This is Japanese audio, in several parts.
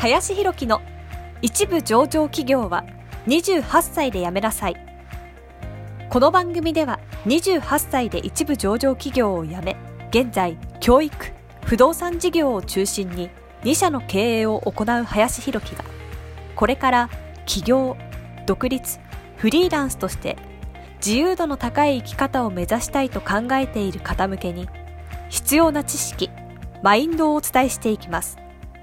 林弘樹の一部上場企業は28歳で辞めなさい。この番組では28歳で一部上場企業を辞め、現在教育、不動産事業を中心に2社の経営を行う林弘樹が、これから起業、独立、フリーランスとして自由度の高い生き方を目指したいと考えている方向けに、必要な知識、マインドをお伝えしていきます。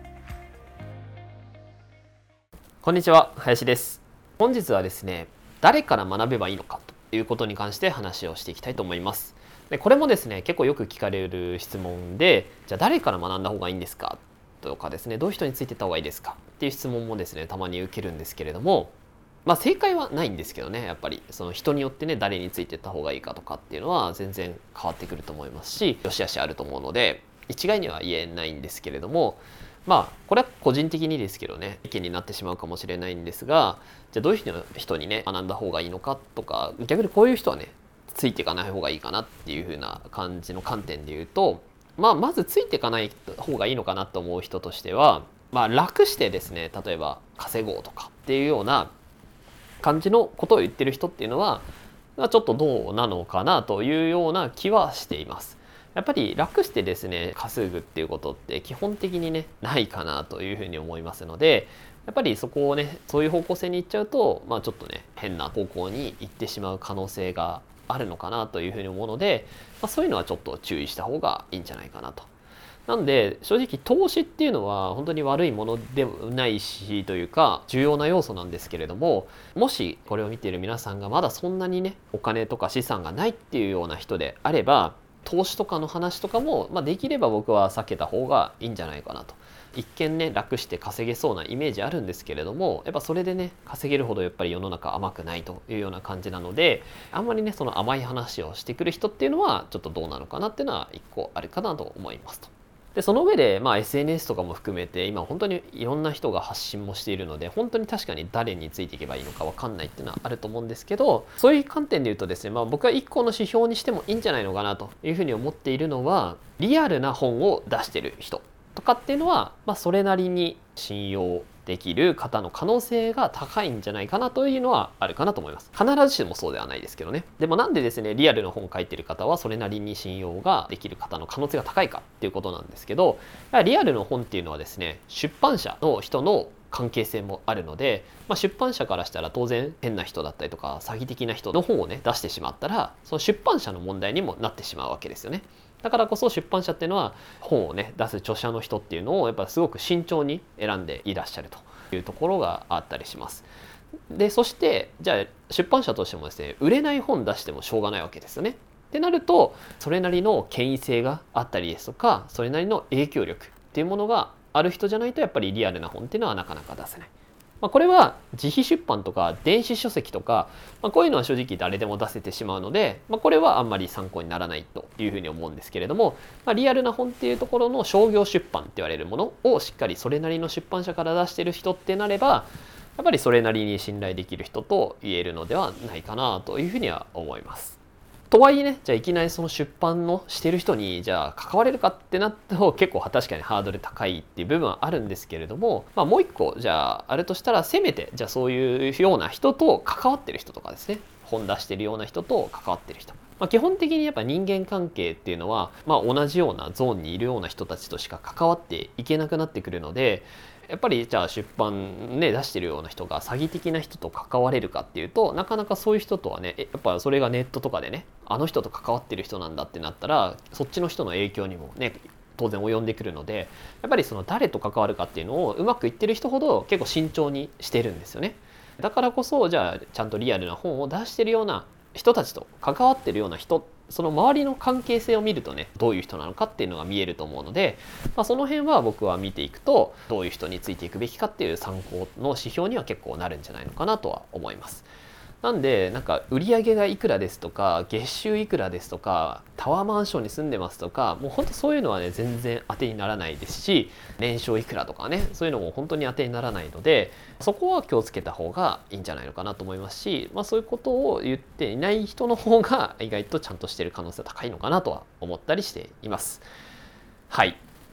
こんにちは、林です。本日はですね、誰から学べばいいのかということに関して話をしていきたいと思います。でこれもですね、結構よく聞かれる質問で、じゃあ誰から学んだ方がいいんですかとかですね、どういう人についていった方がいいですかっていう質問もですね、たまに受けるんですけれども、正解はないんですけどね、やっぱりその人によってね、誰についていった方がいいかとかっていうのは全然変わってくると思いますし、良し悪しあると思うので、一概には言えないんですけれども、これは個人的にですけどね、意見になってしまうかもしれないんですが、じゃあどういう人にね、学んだ方がいいのかとか、逆にこういう人はね、ついていかない方がいいかなっていう風な感じの観点で言うと、まずついていかない方がいいのかなと思う人としては、楽してですね、例えば稼ごうとかっていうような感じのことを言ってる人っていうのは、ちょっとどうなのかなというような気はしています。やっぱり楽してですね、稼ぐっていうことって基本的にね、ないかなというふうに思いますので、やっぱりそこをね、そういう方向性に行っちゃうと、ちょっとね、変な方向に行ってしまう可能性があるのかなというふうに思うので、そういうのはちょっと注意した方がいいんじゃないかなと。なんで正直投資っていうのは本当に悪いものでもないしというか重要な要素なんですけれども、もしこれを見ている皆さんがまだそんなにね、お金とか資産がないっていうような人であれば、投資とかの話とかも、できれば僕は避けた方がいいんじゃないかなと。一見ね、楽して稼げそうなイメージあるんですけれども、やっぱそれでね、稼げるほどやっぱり世の中甘くないというような感じなので、あんまりね、その甘い話をしてくる人っていうのはちょっとどうなのかなっていうのは一個あるかなと思いますと。でその上で、SNS とかも含めて今本当にいろんな人が発信もしているので、本当に確かに誰についていけばいいのか分かんないっていうのはあると思うんですけど、そういう観点で言うとですね、僕は一個の指標にしてもいいんじゃないのかなというふうに思っているのは、リアルな本を出してる人とかっていうのは、それなりに信用できる方の可能性が高いんじゃないかなというのはあるかなと思います。必ずしもそうではないですけどね。でもなんでですね、リアルの本を書いてる方はそれなりに信用ができる方の可能性が高いかっていうことなんですけど、リアルの本っていうのはですね、出版社の人の関係性もあるので、出版社からしたら当然変な人だったりとか詐欺的な人の本をね出してしまったら、その出版社の問題にもなってしまうわけですよね。だからこそ出版社っていうのは本をね出す著者の人っていうのをやっぱすごく慎重に選んでいらっしゃるというところがあったりします。でそしてじゃあ出版社としてもですね、売れない本出してもしょうがないわけですよね。ってなると、それなりの権威性があったりですとか、それなりの影響力っていうものがある人じゃないと、やっぱりリアルな本っていうのはなかなか出せない。これは自費出版とか電子書籍とか、こういうのは正直誰でも出せてしまうので、これはあんまり参考にならないというふうに思うんですけれども、リアルな本っていうところの商業出版って言われるものをしっかりそれなりの出版社から出してる人ってなれば、やっぱりそれなりに信頼できる人と言えるのではないかなというふうには思います。とはいえね、じゃあいきなりその出版のしてる人にじゃあ関われるかってなったら結構確かにハードル高いっていう部分はあるんですけれども、もう一個じゃああるとしたら、せめてじゃあそういうような人と関わってる人とかですね、本出してるような人と関わってる人、基本的にやっぱ人間関係っていうのは、同じようなゾーンにいるような人たちとしか関わっていけなくなってくるので、やっぱりじゃあ出版ね出してるような人が詐欺的な人と関われるかっていうと、なかなかそういう人とはね、やっぱそれがネットとかでね、あの人と関わってる人なんだってなったら、そっちの人の影響にもね当然及んでくるので、やっぱりその誰と関わるかっていうのをうまくいってる人ほど結構慎重にしてるんですよね。だからこそ、じゃあちゃんとリアルな本を出してるような人たちと関わってるような人、その周りの関係性を見るとね、どういう人なのかっていうのが見えると思うので、その辺は僕は見ていくと、どういう人についていくべきかっていう参考の指標には結構なるんじゃないのかなとは思います。なんで売上がいくらですとか、月収いくらですとか、タワーマンションに住んでますとか、もう本当そういうのはね全然当てにならないですし、年商いくらとかね、そういうのも本当に当てにならないので、そこは気をつけた方がいいんじゃないのかなと思いますし、そういうことを言っていない人の方が意外とちゃんとしている可能性が高いのかなとは思ったりしています。はい。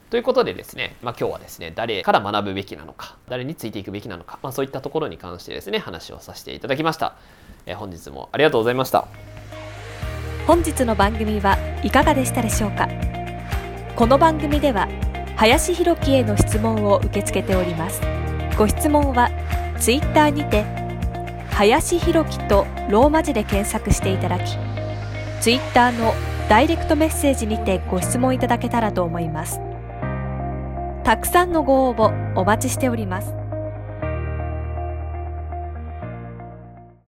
ということでですね、今日はですね、誰から学ぶべきなのか、誰についていくべきなのか、そういったところに関してですね、話をさせていただきました。本日もありがとうございました。 本日の番組はいかがでしたでしょうか。この番組では林弘樹への質問を受け付けております。ご質問はツイッターにて林弘樹とローマ字で検索していただき、ツイッターのダイレクトメッセージにてご質問いただけたらと思います。たくさんのご応募お待ちしております。